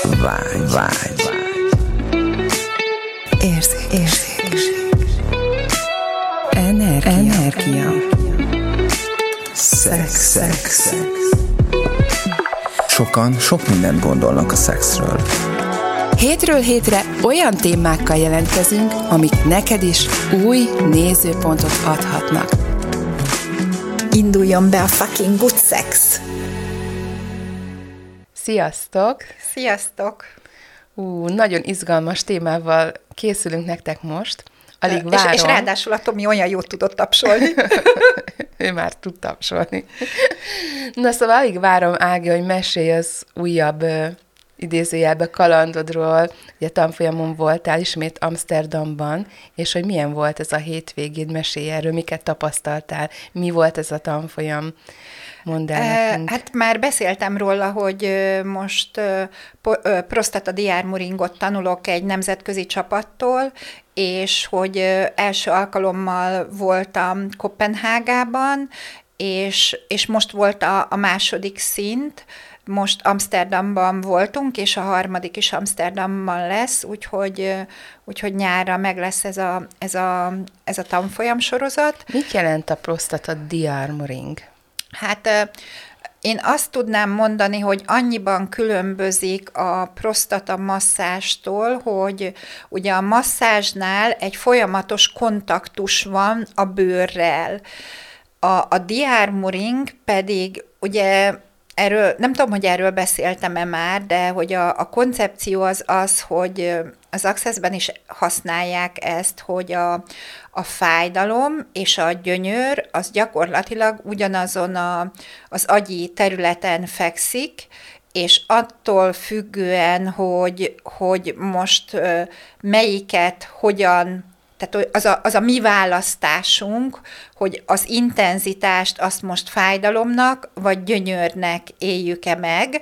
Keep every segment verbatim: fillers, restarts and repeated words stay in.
Vágy, vágy, vágy. Érzék, érzék. Energia. Energia. Szex, szex, szex. Sokan sok mindent gondolnak a szexről. Hétről hétre olyan témákkal jelentkezünk, amik neked is új nézőpontot adhatnak. Induljon be a fucking good sex! Sziasztok! Sziasztok! Ú, nagyon izgalmas témával készülünk nektek most. Alig várom. És, és ráadásul a Tomi olyan jót tudott tapsolni. Ő már tud tapsolni. Na szóval alig várom, Ági, hogy mesélj az újabb uh, idézőjelbe kalandodról. Ugye tanfolyamon voltál ismét Amsterdamban, és hogy milyen volt ez a hétvégéd, mesélj erről, miket tapasztaltál, mi volt ez a tanfolyam? Mondd el nekünk. Hát már beszéltem róla, hogy most prostata diármuringot tanulok egy nemzetközi csapattól, és hogy első alkalommal voltam Koppenhágában, és, és most volt a, a második szint, most Amsterdamban voltunk, és a harmadik is Amsterdamban lesz, úgyhogy, úgyhogy nyárra meg lesz ez a, ez a, ez a tanfolyam sorozat. Mit jelent a prostata diármuring? Hát én azt tudnám mondani, hogy annyiban különbözik a prostata masszástól, hogy ugye a masszázsnál egy folyamatos kontaktus van a bőrrel. A, a diármuring pedig ugye erről, nem tudom, hogy erről beszéltem-e már, de hogy a, a koncepció az az, hogy az Accessben is használják ezt, hogy a, a fájdalom és a gyönyör az gyakorlatilag ugyanazon a, az agyi területen fekszik, és attól függően, hogy, hogy most melyiket hogyan, tehát az a, az a mi választásunk, hogy az intenzitást azt most fájdalomnak, vagy gyönyörnek éljük-e meg,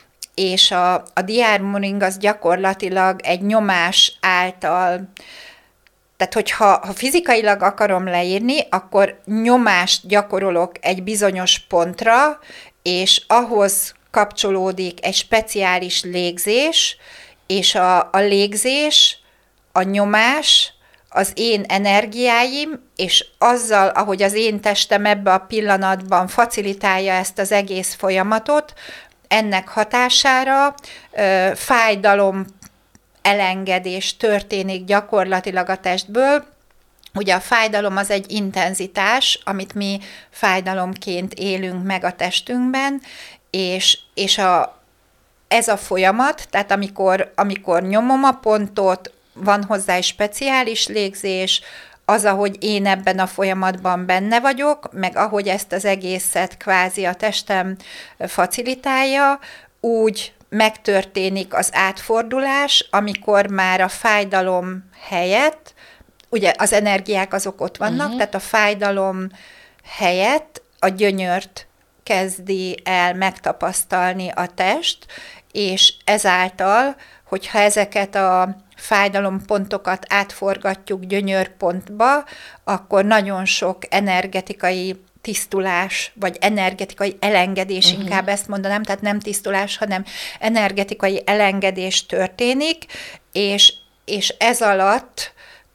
és a, a diármuring az gyakorlatilag egy nyomás által, tehát hogyha ha fizikailag akarom leírni, akkor nyomást gyakorolok egy bizonyos pontra, és ahhoz kapcsolódik egy speciális légzés, és a, a légzés, a nyomás, az én energiáim, és azzal, ahogy az én testem ebbe a pillanatban facilitálja ezt az egész folyamatot, ennek hatására ö, fájdalom elengedés történik gyakorlatilag a testből. Ugye a fájdalom az egy intenzitás, amit mi fájdalomként élünk meg a testünkben, és, és a, ez a folyamat, tehát amikor, amikor nyomom a pontot, van hozzá egy speciális légzés, az, ahogy én ebben a folyamatban benne vagyok, meg ahogy ezt az egészet kvázi a testem facilitálja, úgy megtörténik az átfordulás, amikor már a fájdalom helyett, ugye az energiák azok ott vannak, uh-huh. tehát a fájdalom helyett a gyönyört kezdi el megtapasztalni a test, és ezáltal, hogyha ezeket a fájdalompontokat átforgatjuk gyönyörpontba, akkor nagyon sok energetikai tisztulás, vagy energetikai elengedés, uh-huh. inkább ezt mondanám, tehát nem tisztulás, hanem energetikai elengedés történik, és, és ez alatt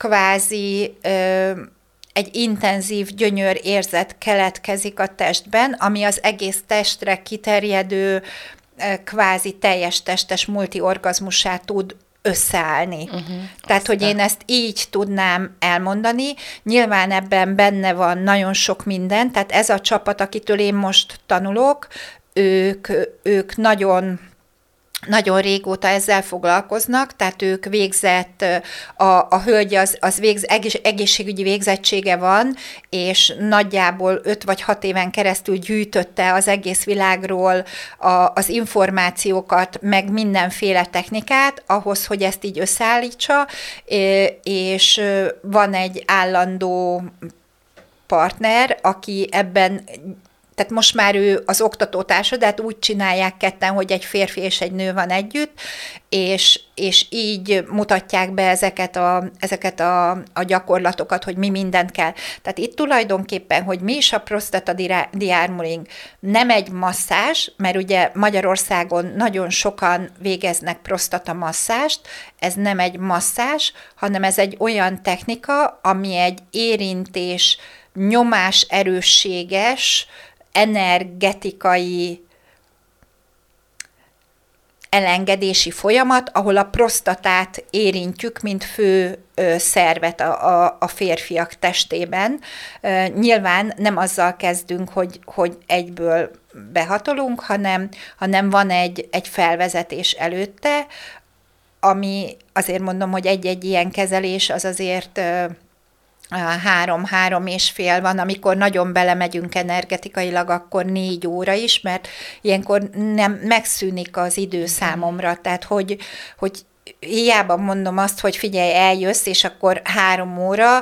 kvázi ö, egy intenzív gyönyör érzet keletkezik a testben, ami az egész testre kiterjedő, kvázi teljes testes multiorgazmussá tud összeállni. Uh-huh, Tehát, aztán. hogy én ezt így tudnám elmondani. Nyilván ebben benne van nagyon sok minden, tehát ez a csapat, akitől én most tanulok, ők, ők nagyon... nagyon régóta ezzel foglalkoznak, tehát ők végzett, a, a hölgy az, az végz, egész, egészségügyi végzettsége van, és nagyjából öt vagy hat éven keresztül gyűjtötte az egész világról a, az információkat, meg mindenféle technikát, ahhoz, hogy ezt így összeállítsa, és van egy állandó partner, aki ebben tehát most már ő az oktatótársa, de hát úgy csinálják ketten, hogy egy férfi és egy nő van együtt, és, és így mutatják be ezeket, a, ezeket a, a gyakorlatokat, hogy mi mindent kell. Tehát itt tulajdonképpen, hogy mi is a prostata dearmoring, nem egy masszázs, mert ugye Magyarországon nagyon sokan végeznek prostata masszást, ez nem egy masszázs, hanem ez egy olyan technika, ami egy érintés, nyomás erősséges, energetikai elengedési folyamat, ahol a prostatát érintjük, mint fő ö, szervet a, a, a férfiak testében. Ö, nyilván nem azzal kezdünk, hogy, hogy egyből behatolunk, hanem, hanem van egy, egy felvezetés előtte, ami azért mondom, hogy egy-egy ilyen kezelés az azért ö, három, három és fél van, amikor nagyon belemegyünk energetikailag, akkor négy óra is, mert ilyenkor nem megszűnik az idő számomra, tehát hogy, hogy hiába mondom azt, hogy figyelj, eljössz, és akkor három óra,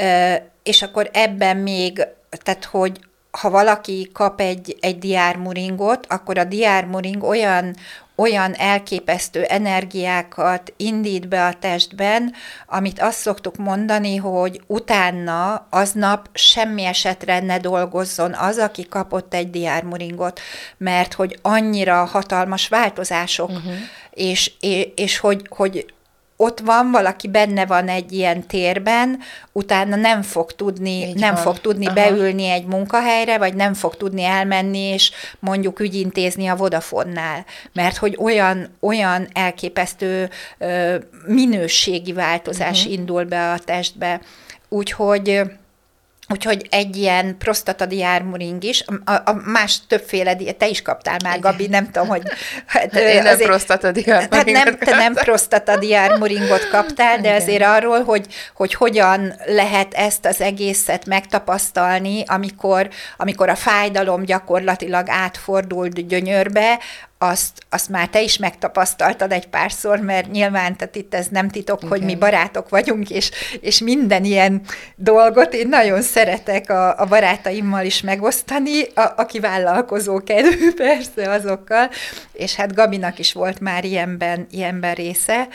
és akkor ebben még, tehát hogy ha valaki kap egy, egy dearmoringot, akkor a dearmoring olyan, olyan elképesztő energiákat indít be a testben, amit azt szoktuk mondani, hogy utána aznap semmi esetre ne dolgozzon az, aki kapott egy dearmoringot, mert hogy annyira hatalmas változások, uh-huh. és, és, és hogy, hogy ott van, valaki benne van egy ilyen térben, utána nem fog tudni, nem fog tudni Aha. beülni egy munkahelyre, vagy nem fog tudni elmenni, és mondjuk ügyintézni a Vodafone-nál, mert hogy olyan, olyan elképesztő ö, minőségi változás uh-huh. indul be a testbe. Úgyhogy... Úgyhogy egy ilyen prostata dearmoring is, a, a más többféle, te is kaptál már, Gabi, nem tudom, hogy... Hát, Én nem prostata dearmoringot hát nem, te nem prostata dearmoringot kaptál, de azért arról, hogy, hogy hogyan lehet ezt az egészet megtapasztalni, amikor, amikor a fájdalom gyakorlatilag átfordult gyönyörbe, Azt, azt már te is megtapasztaltad egy párszor, mert nyilván, tehát itt ez nem titok, okay. hogy mi barátok vagyunk, és, és minden ilyen dolgot én nagyon szeretek a, a barátaimmal is megosztani, a, aki vállalkozókedvű persze azokkal, és hát Gabinak is volt már ilyenben, ilyenben része.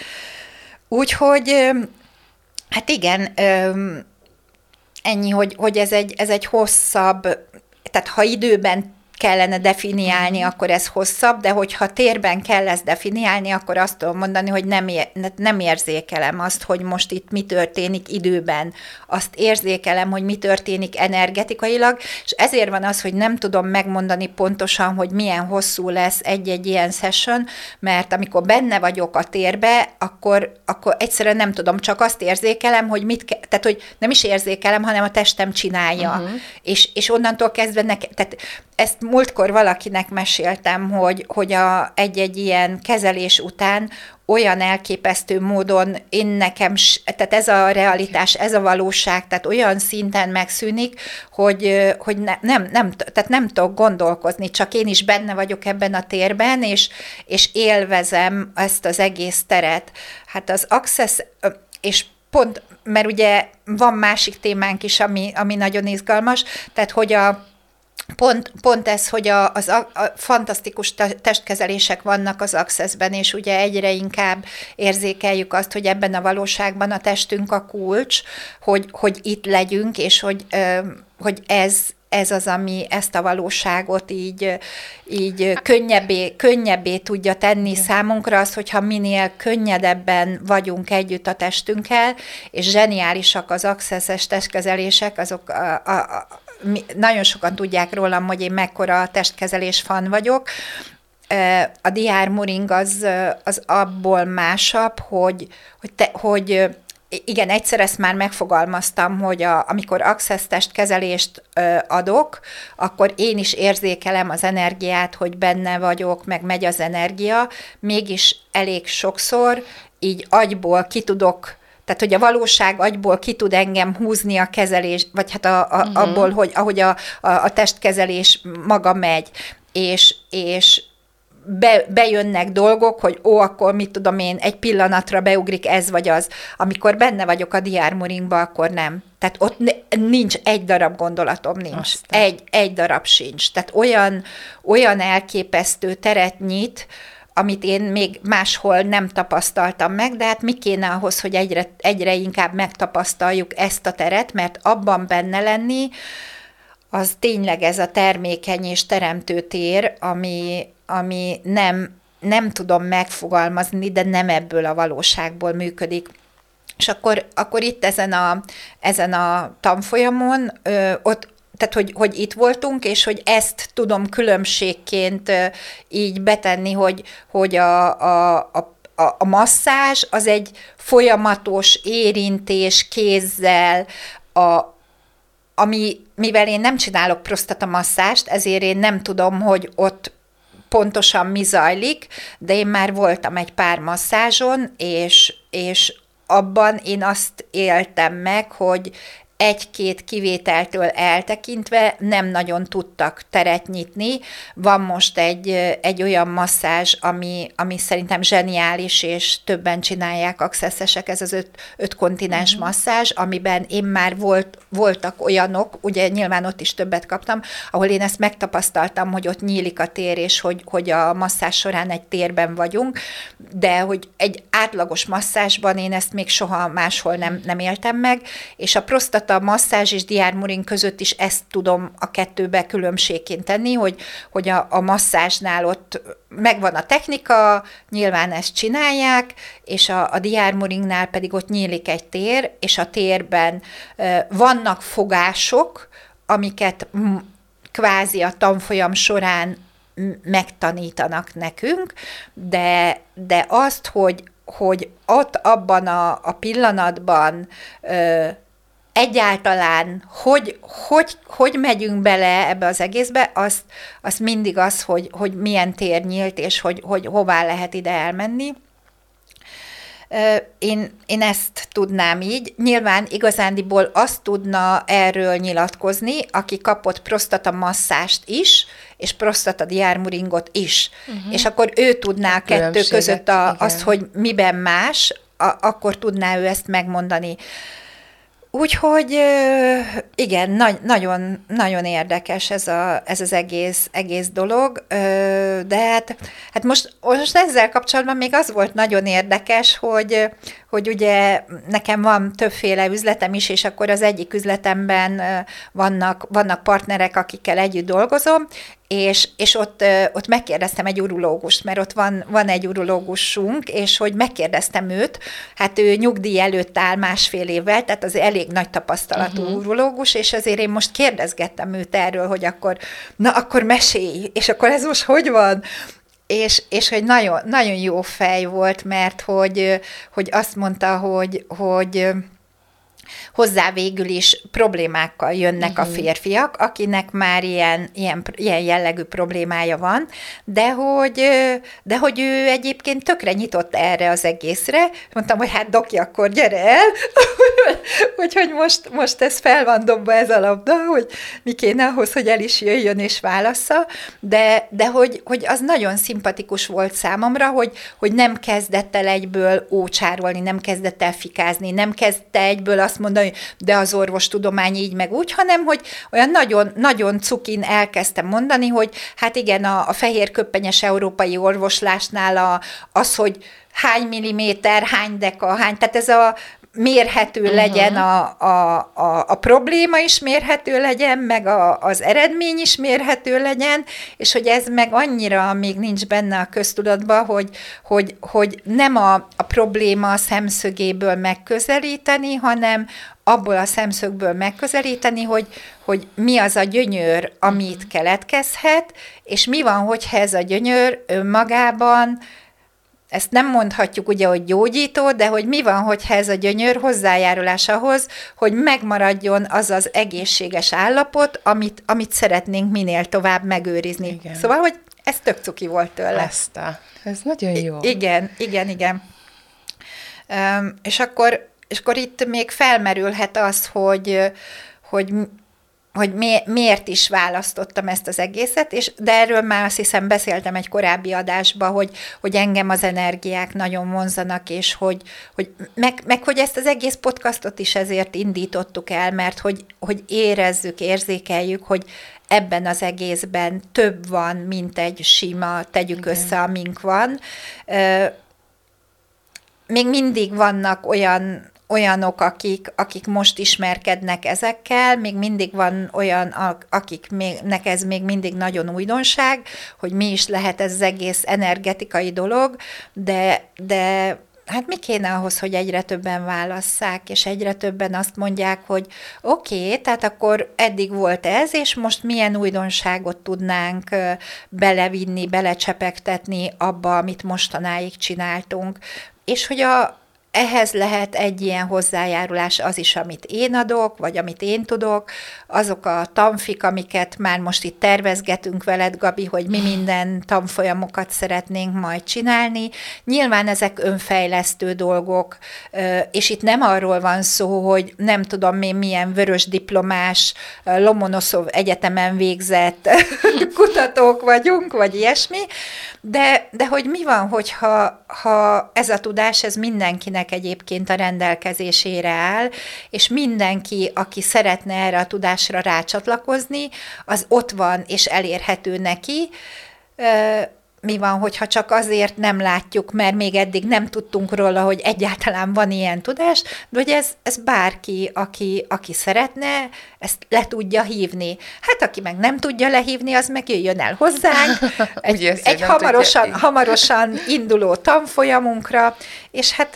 Úgyhogy, hát igen, ennyi, hogy, hogy ez, egy, ez egy hosszabb, tehát ha időben kellene definiálni, mm. akkor ez hosszabb, de hogyha térben kell ezt definiálni, akkor azt tudom mondani, hogy nem, ér, nem érzékelem azt, hogy most itt mi történik időben. Azt érzékelem, hogy mi történik energetikailag, és ezért van az, hogy nem tudom megmondani pontosan, hogy milyen hosszú lesz egy-egy ilyen session, mert amikor benne vagyok a térbe, akkor, akkor egyszerűen nem tudom, csak azt érzékelem, hogy mit ke- tehát, hogy nem is érzékelem, hanem a testem csinálja. Uh-huh. És, és onnantól kezdve nekem, tehát ezt múltkor valakinek meséltem, hogy, hogy a, egy-egy ilyen kezelés után olyan elképesztő módon én nekem, tehát ez a realitás, ez a valóság, tehát olyan szinten megszűnik, hogy, hogy ne, nem, nem, tehát nem tudok gondolkozni, csak én is benne vagyok ebben a térben, és, és élvezem ezt az egész teret. Hát az Access, és pont, mert ugye van másik témánk is, ami, ami nagyon izgalmas, tehát hogy a Pont, pont ez, hogy a, az a, a fantasztikus testkezelések vannak az Accessben, és ugye egyre inkább érzékeljük azt, hogy ebben a valóságban a testünk a kulcs, hogy, hogy itt legyünk, és hogy, hogy ez, ez az, ami ezt a valóságot így, így könnyebbé, könnyebbé tudja tenni Igen. számunkra, az, hogyha minél könnyedebben vagyunk együtt a testünkkel, és zseniálisak az Access-es testkezelések, azok a, a, a nagyon sokan tudják rólam, hogy én mekkora testkezelés fan vagyok. A dearmoring az, az abból másabb, hogy, hogy, te, hogy igen, egyszer ezt már megfogalmaztam, hogy a, amikor Access testkezelést adok, akkor én is érzékelem az energiát, hogy benne vagyok, meg megy az energia, mégis elég sokszor így agyból ki tudok, tehát, hogy a valóság agyból ki tud engem húzni a kezelés, vagy hát a, a, uh-huh. abból, hogy ahogy a, a, a testkezelés maga megy, és, és be, bejönnek dolgok, hogy ó, akkor mit tudom én, egy pillanatra beugrik ez vagy az. Amikor benne vagyok a diármuringba, akkor nem. Tehát ott nincs egy darab gondolatom, nincs. Aztán. Egy, egy darab sincs. Tehát olyan, olyan elképesztő teret nyit, amit én még máshol nem tapasztaltam meg, de hát mi kéne ahhoz, hogy egyre, egyre inkább megtapasztaljuk ezt a teret, mert abban benne lenni, az tényleg ez a termékeny és teremtő tér, ami, ami nem, nem tudom megfogalmazni, de nem ebből a valóságból működik. És akkor, akkor itt ezen a, ezen a tanfolyamon, ö, ott, tehát hogy, hogy itt voltunk, és hogy ezt tudom különbségként ö, így betenni, hogy, hogy a, a, a, a masszázs az egy folyamatos érintés kézzel, a, ami, mivel én nem csinálok prosztatamasszást, ezért én nem tudom, hogy ott pontosan mi zajlik, de én már voltam egy pár masszázson, és, és abban én azt éltem meg, hogy egy-két kivételtől eltekintve nem nagyon tudtak teret nyitni. Van most egy, egy olyan masszázs, ami, ami szerintem zseniális, és többen csinálják accessesek, ez az öt, öt kontinens uh-huh. masszázs, amiben én már volt, voltak olyanok, ugye nyilván ott is többet kaptam, ahol én ezt megtapasztaltam, hogy ott nyílik a tér, és hogy, hogy a masszázs során egy térben vagyunk, de hogy egy átlagos masszázsban én ezt még soha máshol nem, nem éltem meg, és a prostata a masszázs és diármuring között is ezt tudom a kettőbe különbségként tenni, hogy, hogy a, a masszázsnál ott megvan a technika, nyilván ezt csinálják, és a, a diármuringnál pedig ott nyílik egy tér, és a térben e, vannak fogások, amiket m, kvázi a tanfolyam során megtanítanak nekünk, de, de azt, hogy, hogy ott abban a, a pillanatban e, egyáltalán, hogy, hogy, hogy megyünk bele ebbe az egészbe, azt, azt mindig az, hogy, hogy milyen tér nyílt, és hogy, hogy hová lehet ide elmenni. Én, én ezt tudnám így. Nyilván igazándiból azt tudna erről nyilatkozni, aki kapott prosztatamasszást is, és prosztatadiármuringot is. Uh-huh. És akkor ő tudná a kettő között a, azt, hogy miben más, a, akkor tudná ő ezt megmondani. Úgyhogy igen, na- nagyon, nagyon érdekes ez, a, ez az egész, egész dolog, de hát, hát most, most ezzel kapcsolatban még az volt nagyon érdekes, hogy, hogy ugye nekem van többféle üzletem is, és akkor az egyik üzletemben vannak, vannak partnerek, akikkel együtt dolgozom, és, és ott, ott megkérdeztem egy urológust, mert ott van, van egy urológusunk, és hogy megkérdeztem őt, hát ő nyugdíj előtt áll másfél évvel, tehát az elég nagy tapasztalatú uh-huh. urológus, és azért én most kérdezgettem őt erről, hogy akkor, na akkor mesélj, és akkor ez most hogy van? És, és hogy nagyon, nagyon jó fej volt, mert hogy, hogy azt mondta, hogy, hogy hozzá végül is problémákkal jönnek uh-huh. a férfiak, akinek már ilyen, ilyen, ilyen jellegű problémája van, de hogy, de hogy ő egyébként tökre nyitott erre az egészre. Mondtam, hogy hát doki, akkor gyere el, úgyhogy most, most ez fel van dobva ez a labda, hogy mi kéne ahhoz, hogy el is jöjjön és válassza, de, de hogy, hogy az nagyon szimpatikus volt számomra, hogy, hogy nem kezdett el egyből ócsárolni, nem kezdett el fikázni, nem kezdte egyből azt mondani, de az orvostudomány így meg úgy, hanem hogy olyan nagyon, nagyon cukin elkezdtem mondani, hogy hát igen, a, a fehér köppenyes európai orvoslásnál a, az, hogy hány milliméter, hány deka, hány, tehát ez a mérhető uh-huh. legyen, a, a, a, a probléma is mérhető legyen, meg a, az eredmény is mérhető legyen, és hogy ez meg annyira még nincs benne a köztudatban, hogy, hogy, hogy nem a, a probléma szemszögéből megközelíteni, hanem abból a szemszögből megközelíteni, hogy, hogy mi az a gyönyör, amit keletkezhet, és mi van, hogyha ez a gyönyör önmagában, ezt nem mondhatjuk ugye, hogy gyógyító, de hogy mi van, hogyha ez a gyönyör hozzájárulás ahhoz, hogy megmaradjon az az egészséges állapot, amit, amit szeretnénk minél tovább megőrizni. Igen. Szóval, hogy ez tök cuki volt tőle. Ezt a, ez nagyon jó. I- igen, igen, igen. Um, és akkor, és akkor itt még felmerülhet az, hogy, hogy hogy mi, miért is választottam ezt az egészet, és de erről már azt hiszem beszéltem egy korábbi adásban, hogy, hogy engem az energiák nagyon vonzanak, és hogy, hogy meg, meg hogy ezt az egész podcastot is ezért indítottuk el, mert hogy, hogy érezzük, érzékeljük, hogy ebben az egészben több van, mint egy sima, tegyük Igen. össze, amink van. Még mindig vannak olyan olyanok, akik, akik most ismerkednek ezekkel, még mindig van olyan, akiknek ez még mindig nagyon újdonság, hogy mi is lehet ez az egész energetikai dolog, de, de hát mi kéne ahhoz, hogy egyre többen válasszák, és egyre többen azt mondják, hogy oké, okay, tehát akkor eddig volt ez, és most milyen újdonságot tudnánk belevinni, belecsepegtetni abba, amit mostanáig csináltunk. És hogy a ehhez lehet egy ilyen hozzájárulás az is, amit én adok, vagy amit én tudok, azok a tanfik, amiket már most itt tervezgetünk veled, Gabi, hogy mi minden tanfolyamokat szeretnénk majd csinálni. Nyilván ezek önfejlesztő dolgok, és itt nem arról van szó, hogy nem tudom én milyen vörös diplomás, Lomonoszov Egyetemen végzett kutatók vagyunk, vagy ilyesmi, de, de hogy mi van, hogyha ha ez a tudás, ez mindenkinek egyébként a rendelkezésére áll, és mindenki, aki szeretne erre a tudásra rácsatlakozni, az ott van és elérhető neki. Mi van, hogyha csak azért nem látjuk, mert még eddig nem tudtunk róla, hogy egyáltalán van ilyen tudás, de hogy ez, ez bárki, aki, aki szeretne, ezt le tudja hívni. Hát aki meg nem tudja lehívni, az meg jöjjön el hozzánk, egy, Ugye, egy hamarosan, hamarosan induló tanfolyamunkra, és hát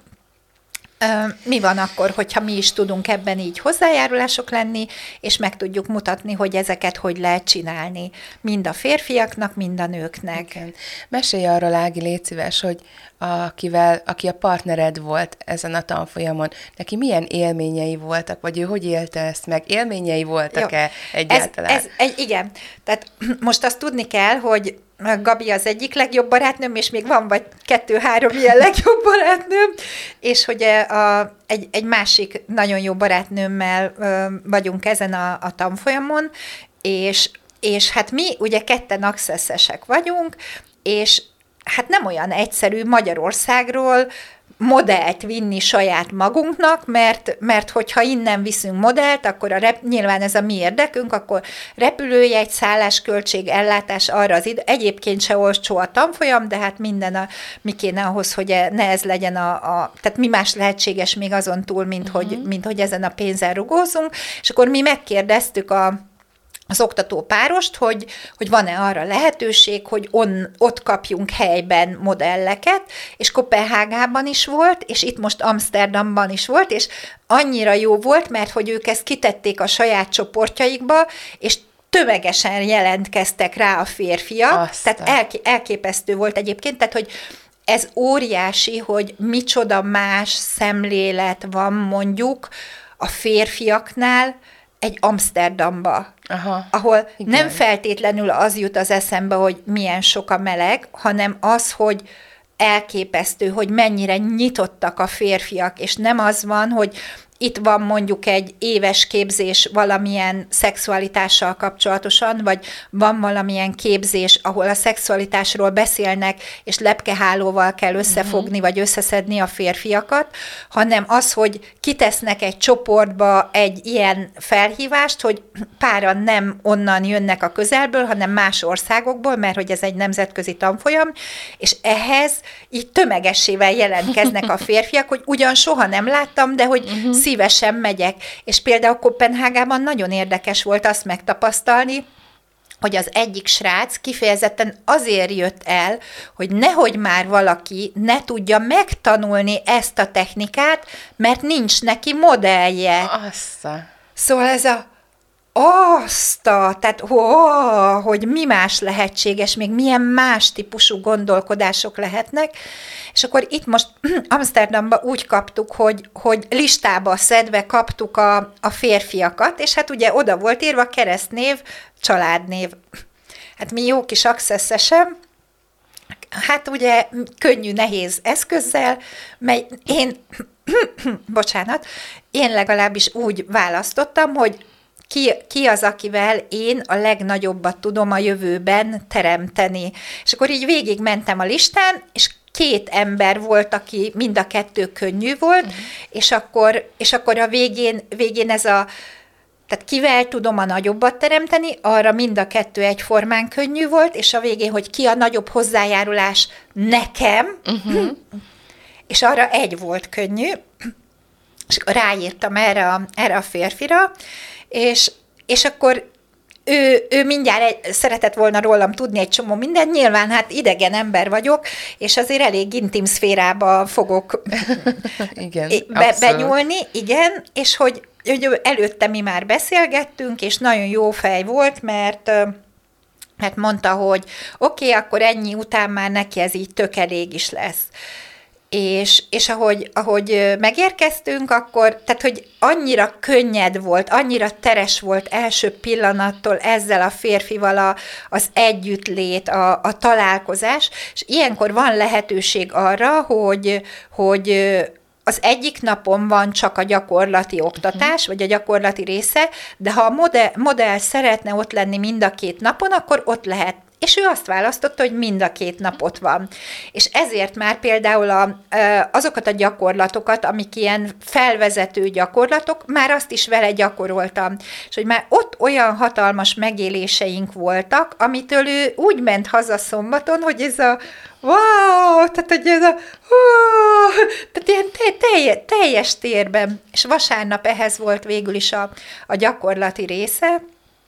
mi van akkor, hogyha mi is tudunk ebben így hozzájárulások lenni, és meg tudjuk mutatni, hogy ezeket hogy lehet csinálni. Mind a férfiaknak, mind a nőknek. Igen. Mesélj arról, Ági, légy szíves, hogy akivel, aki a partnered volt ezen a tanfolyamon, neki milyen élményei voltak, vagy ő hogy élte ezt meg? Élményei voltak-e Jó. egyáltalán? Ez, ez, egy, igen. Tehát most azt tudni kell, hogy Gabi az egyik legjobb barátnőm, és még van vagy kettő-három ilyen legjobb barátnőm, és hogy a, egy, egy másik nagyon jó barátnőmmel vagyunk ezen a, a tanfolyamon, és, és hát mi ugye ketten accessesek vagyunk, és hát nem olyan egyszerű Magyarországról modellt vinni saját magunknak, mert, mert hogyha innen viszünk modellt, akkor a rep, nyilván ez a mi érdekünk, akkor repülőjegy, szállásköltség, ellátás arra az idő. Egyébként se olcsó a tanfolyam, de hát minden a, mi kéne ahhoz, hogy ne ez legyen a, a tehát mi más lehetséges még azon túl, mint, uh-huh. hogy, mint hogy ezen a pénzen rugózunk. És akkor mi megkérdeztük a az oktató párost, hogy, hogy van-e arra lehetőség, hogy on, ott kapjunk helyben modelleket, és Koppenhágában is volt, és itt most Amsterdamban is volt, és annyira jó volt, mert hogy ők ezt kitették a saját csoportjaikba, és tömegesen jelentkeztek rá a férfiak, Aztán. tehát elké, elképesztő volt egyébként, tehát hogy ez óriási, hogy micsoda más szemlélet van mondjuk a férfiaknál, egy Amsterdamba, Aha, ahol igen. nem feltétlenül az jut az eszembe, hogy milyen sok a meleg, hanem az, hogy elképesztő, hogy mennyire nyitottak a férfiak, és nem az van, hogy itt van mondjuk egy éves képzés valamilyen szexualitással kapcsolatosan, vagy van valamilyen képzés, ahol a szexualitásról beszélnek, és lepkehálóval kell összefogni, uh-huh. vagy összeszedni a férfiakat, hanem az, hogy kitesznek egy csoportba egy ilyen felhívást, hogy páran nem onnan jönnek a közelből, hanem más országokból, mert hogy ez egy nemzetközi tanfolyam, és ehhez így tömegessével jelentkeznek a férfiak, hogy ugyan soha nem láttam, de hogy uh-huh. szívesen megyek. És például Koppenhágában nagyon érdekes volt azt megtapasztalni, hogy az egyik srác kifejezetten azért jött el, hogy nehogy már valaki ne tudja megtanulni ezt a technikát, mert nincs neki modellje. Assza. Szóval ez a azt a, tehát ó, hogy mi más lehetséges, még milyen más típusú gondolkodások lehetnek, és akkor itt most Amsterdamban úgy kaptuk, hogy, hogy listába szedve kaptuk a, a férfiakat, és hát ugye oda volt írva keresztnév, családnév. Hát mi jó kis accessesem, hát ugye könnyű, nehéz eszközzel, mely én, bocsánat, én legalábbis úgy választottam, hogy ki, ki az, akivel én a legnagyobbat tudom a jövőben teremteni. És akkor így végig mentem a listán, és két ember volt, aki mind a kettő könnyű volt, uh-huh. és, akkor, és akkor a végén, végén ez a, tehát kivel tudom a nagyobbat teremteni, arra mind a kettő egyformán könnyű volt, és a végén, hogy ki a nagyobb hozzájárulás nekem, uh-huh. és arra egy volt könnyű, és ráírtam erre a, erre a férfira, és, és akkor Ő, ő mindjárt egy, szeretett volna rólam tudni egy csomó mindent, nyilván hát idegen ember vagyok, és azért elég intim szférába fogok igen, be, benyúlni, igen, és hogy, hogy előtte mi már beszélgettünk, és nagyon jó fej volt, mert, mert mondta, hogy oké, okay, akkor ennyi után már neki ez így tök elég is lesz. És, és ahogy, ahogy megérkeztünk, akkor, tehát, hogy annyira könnyed volt, annyira teres volt első pillanattól ezzel a férfival a, az együttlét, a, a találkozás, és ilyenkor van lehetőség arra, hogy, hogy az egyik napon van csak a gyakorlati oktatás, vagy a gyakorlati része, de ha a modell, modell szeretne ott lenni mind a két napon, akkor ott lehet. És ő azt választotta, hogy mind a két nap ott van. És ezért már például a, azokat a gyakorlatokat, amik ilyen felvezető gyakorlatok, már azt is vele gyakoroltam. És hogy már ott olyan hatalmas megéléseink voltak, amitől ő úgy ment haza szombaton, hogy ez a wow, tehát hogy ez a uh, tehát ilyen teljes, teljes térben. És vasárnap ehhez volt végül is a, a gyakorlati része.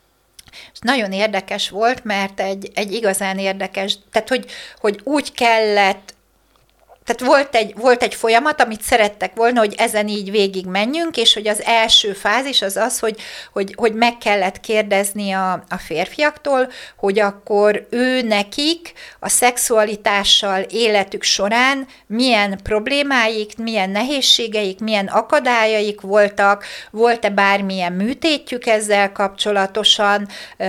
És nagyon érdekes volt, mert egy, egy igazán érdekes, tehát hogy, hogy úgy kellett, tehát volt egy, volt egy folyamat, amit szerettek volna, hogy ezen így végig menjünk, és hogy az első fázis az az, hogy, hogy, hogy meg kellett kérdezni a, a férfiaktól, hogy akkor ő nekik a szexualitással életük során milyen problémáik, milyen nehézségeik, milyen akadályaik voltak, volt-e bármilyen műtétjük ezzel kapcsolatosan,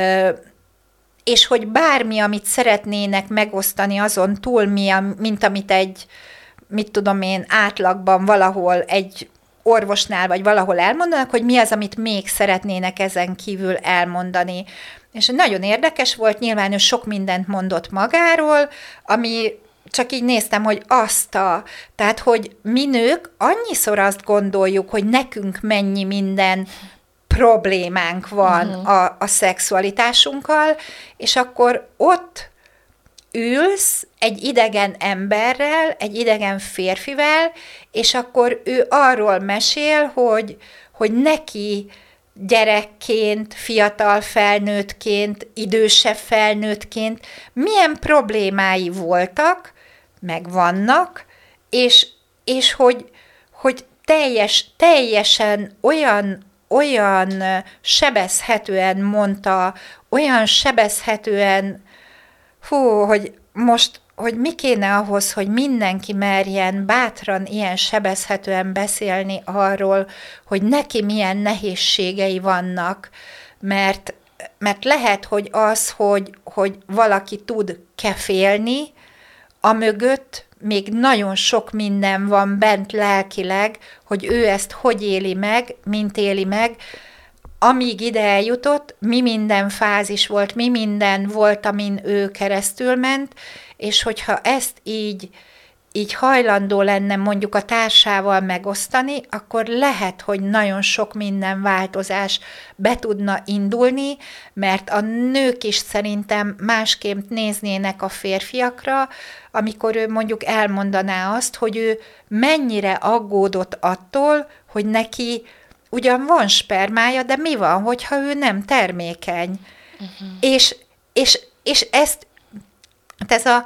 és hogy bármi, amit szeretnének megosztani azon túl, mint amit egy, mit tudom én, átlagban valahol egy orvosnál, vagy valahol elmondanak, hogy mi az, amit még szeretnének ezen kívül elmondani. És nagyon érdekes volt, nyilván ő sok mindent mondott magáról, ami csak így néztem, hogy azt a, tehát, hogy mi nők annyiszor azt gondoljuk, hogy nekünk mennyi minden problémánk van uh-huh. a, a szexualitásunkkal, és akkor ott ülsz egy idegen emberrel, egy idegen férfivel, és akkor ő arról mesél, hogy, hogy neki gyerekként, fiatal felnőttként, idősebb felnőttként milyen problémái voltak, meg vannak, és, és hogy, hogy teljes, teljesen olyan olyan sebezhetően mondta, olyan sebezhetően, hú, hogy most, hogy mi kéne ahhoz, hogy mindenki merjen bátran ilyen sebezhetően beszélni arról, hogy neki milyen nehézségei vannak, mert, mert lehet, hogy az, hogy, hogy valaki tud kefélni, amögött még nagyon sok minden van bent lelkileg, hogy ő ezt hogy éli meg, mint éli meg, amíg ide eljutott, mi minden fázis volt, mi minden volt, amin ő keresztül ment, és hogyha ezt így, így hajlandó lenne mondjuk a társával megosztani, akkor lehet, hogy nagyon sok minden változás be tudna indulni, mert a nők is szerintem másként néznének a férfiakra, amikor ő mondjuk elmondaná azt, hogy ő mennyire aggódott attól, hogy neki ugyan van spermája, de mi van, hogyha ő nem termékeny? Uh-huh. És, és, és ezt, ez a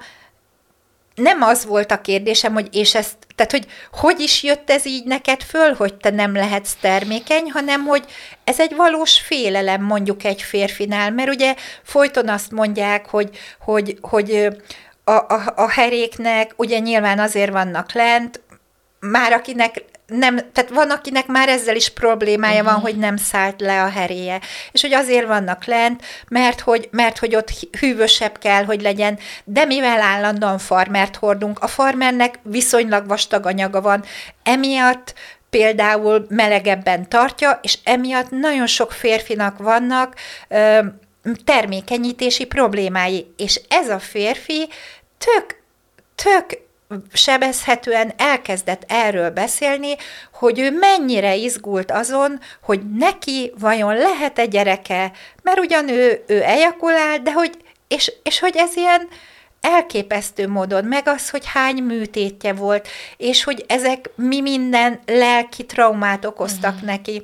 nem az volt a kérdésem, hogy és ezt, tehát hogy hogy is jött ez így neked föl, hogy te nem lehetsz termékeny, hanem hogy ez egy valós félelem mondjuk egy férfinál, mert ugye folyton azt mondják, hogy, hogy, hogy a, a, a heréknek ugye nyilván azért vannak lent, már akinek nem, tehát van, akinek már ezzel is problémája uh-huh. van, hogy nem szállt le a heréje. És hogy azért vannak lent, mert hogy, mert hogy ott hűvösebb kell, hogy legyen, de mivel állandóan farmert hordunk, a farmernek viszonylag vastag anyaga van, emiatt például melegebben tartja, és emiatt nagyon sok férfinak vannak ö, termékenyítési problémái, és ez a férfi tök, tök sebezhetően elkezdett erről beszélni, hogy ő mennyire izgult azon, hogy neki vajon lehet-e gyereke, mert ugyan ő, ő ejakulál, de hogy, és, és hogy ez ilyen elképesztő módon, meg az, hogy hány műtétje volt, és hogy ezek mi minden lelki traumát okoztak uh-huh. neki,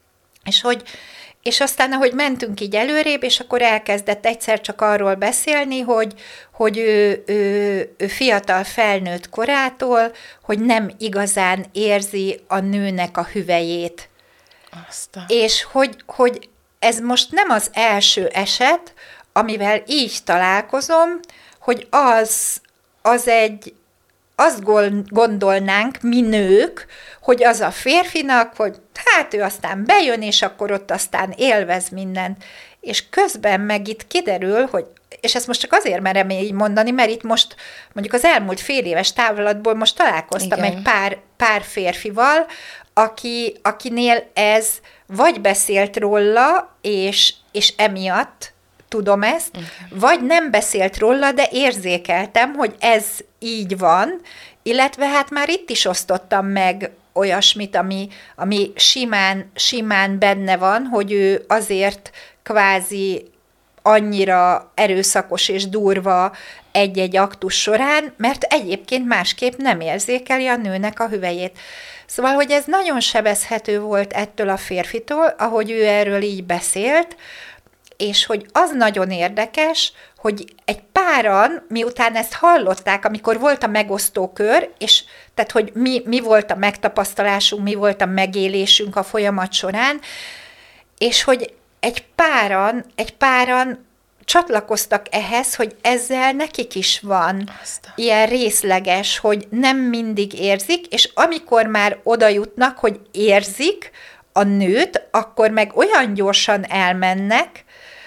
és hogy és aztán, ahogy mentünk így előrébb, és akkor elkezdett egyszer csak arról beszélni, hogy, hogy ő, ő, ő fiatal felnőtt korától, hogy nem igazán érzi a nőnek a hüvelyét. Aztán. És hogy, hogy ez most nem az első eset, amivel így találkozom, hogy az, az egy, azt gondolnánk mi nők, hogy az a férfinak, hogy hát ő aztán bejön, és akkor ott aztán élvez mindent. És közben meg itt kiderül, hogy, és ezt most csak azért merem így mondani, mert itt most mondjuk az elmúlt fél éves távlatból most találkoztam Igen. egy pár, pár férfival, aki, akinél ez vagy beszélt róla, és, és emiatt tudom ezt, okay. vagy nem beszélt róla, de érzékeltem, hogy ez így van, illetve hát már itt is osztottam meg olyasmit, ami, ami simán, simán benne van, hogy ő azért kvázi annyira erőszakos és durva egy-egy aktus során, mert egyébként másképp nem érzékeli a nőnek a hüvelyét. Szóval, hogy ez nagyon sebezhető volt ettől a férfitől, ahogy ő erről így beszélt, és hogy az nagyon érdekes, hogy egy páran, miután ezt hallották, amikor volt a megosztó kör, és tehát, hogy mi, mi volt a megtapasztalásunk, mi volt a megélésünk a folyamat során, és hogy egy páran, egy páran csatlakoztak ehhez, hogy ezzel nekik is van Aztán. ilyen részleges, hogy nem mindig érzik, és amikor már oda jutnak, hogy érzik a nőt, akkor meg olyan gyorsan elmennek,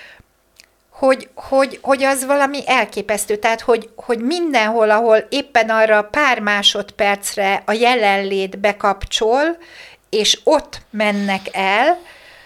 Hogy, hogy, hogy az valami elképesztő, tehát hogy, hogy mindenhol, ahol éppen arra pár másodpercre a jelenlét bekapcsol, és ott mennek el,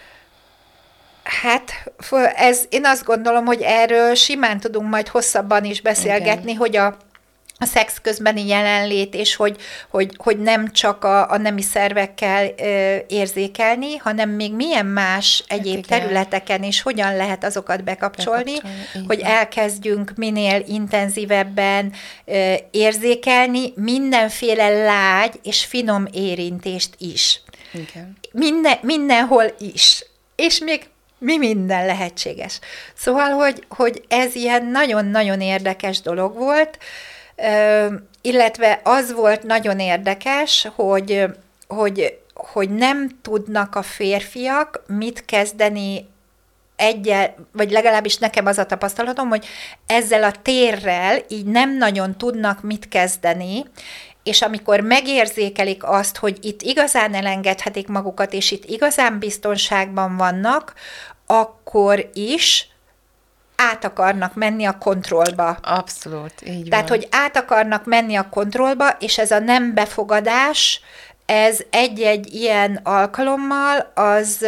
hát ez, én azt gondolom, hogy erről simán tudunk majd hosszabban is beszélgetni, Igen. hogy a a szex közbeni jelenlét, és hogy, hogy, hogy nem csak a, a nemi szervekkel ö, érzékelni, hanem még milyen más egyéb hát területeken is hogyan lehet azokat bekapcsolni, bekapcsolni hogy elkezdjünk minél intenzívebben ö, érzékelni mindenféle lágy és finom érintést is. Igen. Minden, mindenhol is. És még mi minden lehetséges. Szóval, hogy, hogy ez ilyen nagyon-nagyon érdekes dolog volt, Uh, illetve az volt nagyon érdekes, hogy, hogy, hogy nem tudnak a férfiak mit kezdeni egyel, vagy legalábbis nekem az a tapasztalatom, hogy ezzel a térrel így nem nagyon tudnak mit kezdeni, és amikor megérzékelik azt, hogy itt igazán elengedhetik magukat, és itt igazán biztonságban vannak, akkor is át akarnak menni a kontrollba. Abszolút, így Tehát, van. hogy át akarnak menni a kontrollba, és ez a nem befogadás, ez egy-egy ilyen alkalommal, az,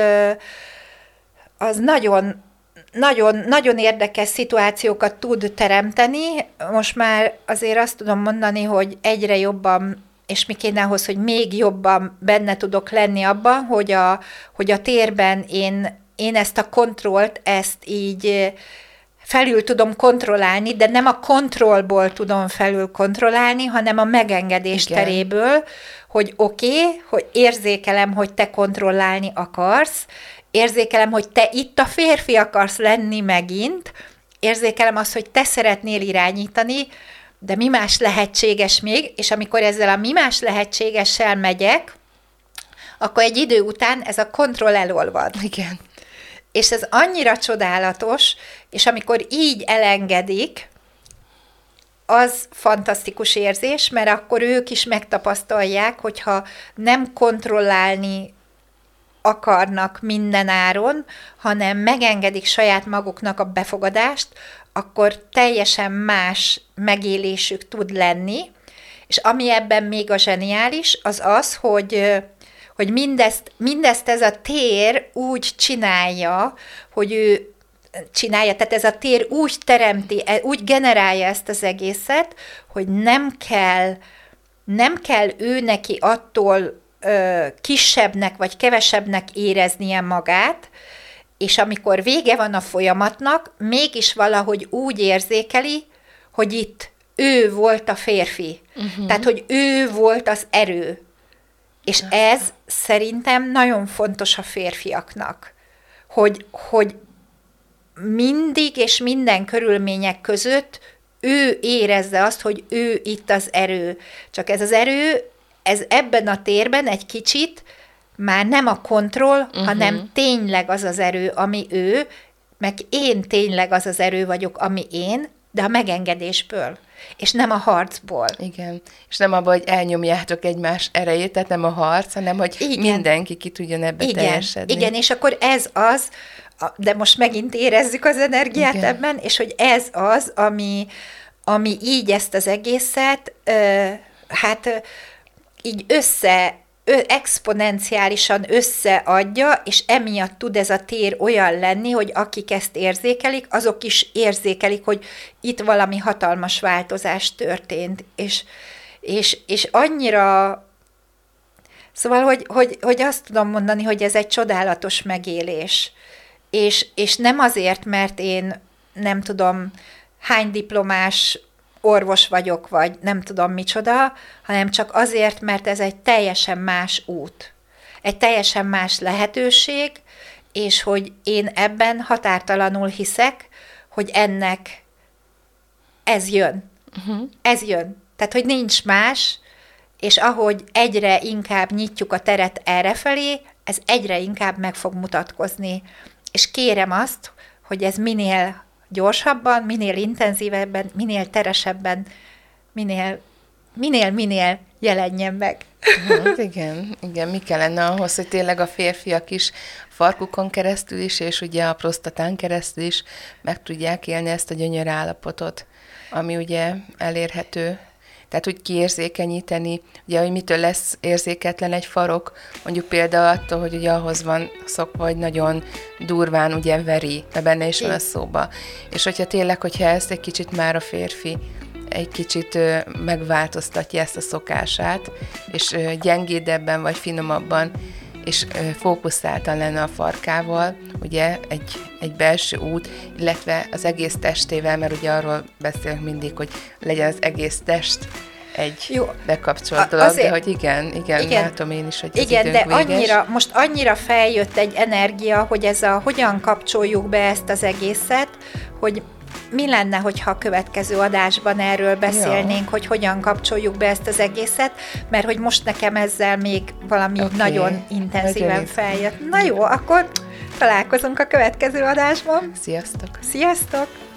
az nagyon, nagyon, nagyon érdekes szituációkat tud teremteni. Most már azért azt tudom mondani, hogy egyre jobban, és mi kéne ahhoz, hogy még jobban benne tudok lenni abban, hogy a, hogy a térben én, én ezt a kontrollt, ezt így felül tudom kontrollálni, de nem a kontrollból tudom felül kontrollálni, hanem a megengedés Igen. teréből, hogy oké, okay, hogy érzékelem, hogy te kontrollálni akarsz, érzékelem, hogy te itt a férfi akarsz lenni megint, érzékelem azt, hogy te szeretnél irányítani, de mi más lehetséges még, és amikor ezzel a mi más lehetségessel megyek, akkor egy idő után ez a kontroll elolvad. Igen. És ez annyira csodálatos, és amikor így elengedik, az fantasztikus érzés, mert akkor ők is megtapasztalják, hogyha nem kontrollálni akarnak minden áron, hanem megengedik saját maguknak a befogadást, akkor teljesen más megélésük tud lenni, és ami ebben még a zseniális, az az, hogy, hogy mindezt, mindezt ez a tér úgy csinálja, hogy ő csinálja, tehát ez a tér úgy teremti, úgy generálja ezt az egészet, hogy nem kell, nem kell ő neki attól ö, kisebbnek vagy kevesebbnek éreznie magát, és amikor vége van a folyamatnak, mégis valahogy úgy érzékeli, hogy itt ő volt a férfi. Uh-huh. Tehát, hogy ő volt az erő. És uh-huh. ez szerintem nagyon fontos a férfiaknak, hogy, hogy mindig és minden körülmények között ő érezze azt, hogy ő itt az erő. Csak ez az erő, ez ebben a térben egy kicsit már nem a kontroll, uh-huh. hanem tényleg az az erő, ami ő, meg én tényleg az az erő vagyok, ami én, de a megengedésből, és nem a harcból. Igen, és nem abban, hogy elnyomjátok egymás erejét, tehát nem a harc, hanem hogy igen. mindenki ki tudjon ebbe igen. teljesedni. Igen, és akkor ez az, de most megint érezzük az energiát igen. ebben, és hogy ez az, ami, ami így ezt az egészet, ö, hát ö, így össze, ö, exponenciálisan összeadja, és emiatt tud ez a tér olyan lenni, hogy akik ezt érzékelik, azok is érzékelik, hogy itt valami hatalmas változás történt, és, és, és annyira... Szóval, hogy, hogy, hogy azt tudom mondani, hogy ez egy csodálatos megélés. És, és nem azért, mert én nem tudom hány diplomás orvos vagyok, vagy nem tudom micsoda, hanem csak azért, mert ez egy teljesen más út. Egy teljesen más lehetőség, és hogy én ebben határtalanul hiszek, hogy ennek ez jön. Uh-huh. Ez jön. Tehát, hogy nincs más, és ahogy egyre inkább nyitjuk a teret errefelé, ez egyre inkább meg fog mutatkozni. És kérem azt, hogy ez minél gyorsabban, minél intenzívebben, minél teresebben, minél, minél, minél jelenjen meg. Hát igen, igen, mi kellene ahhoz, hogy tényleg a férfiak is farkukon keresztül is, és ugye a prostatán keresztül is meg tudják élni ezt a gyönyör állapotot, ami ugye elérhető. Tehát úgy kiérzékenyíteni, ugye, hogy mitől lesz érzéketlen egy farok, mondjuk például attól, hogy ugye ahhoz van szokva, hogy nagyon durván ugye veri, mert benne is van a szóba. És hogyha tényleg, hogyha ezt egy kicsit már a férfi egy kicsit ö, megváltoztatja ezt a szokását, és ö, gyengédebben vagy finomabban, és ö, fókuszáltan lenne a farkával, ugye egy, egy belső út, illetve az egész testével, mert ugye arról beszélünk mindig, hogy legyen az egész test egy jó, bekapcsolt dolog, azért, de hogy igen, igen, igen, látom én is, hogy az igen, időnk de véges. Annyira, most annyira feljött egy energia, hogy ez a hogyan kapcsoljuk be ezt az egészet, hogy mi lenne, hogyha a következő adásban erről beszélnénk, ja. hogy hogyan kapcsoljuk be ezt az egészet, mert hogy most nekem ezzel még valami okay. nagyon intenzíven nagyon feljött. Na jó, akkor találkozunk a következő adásban. Sziasztok! Sziasztok!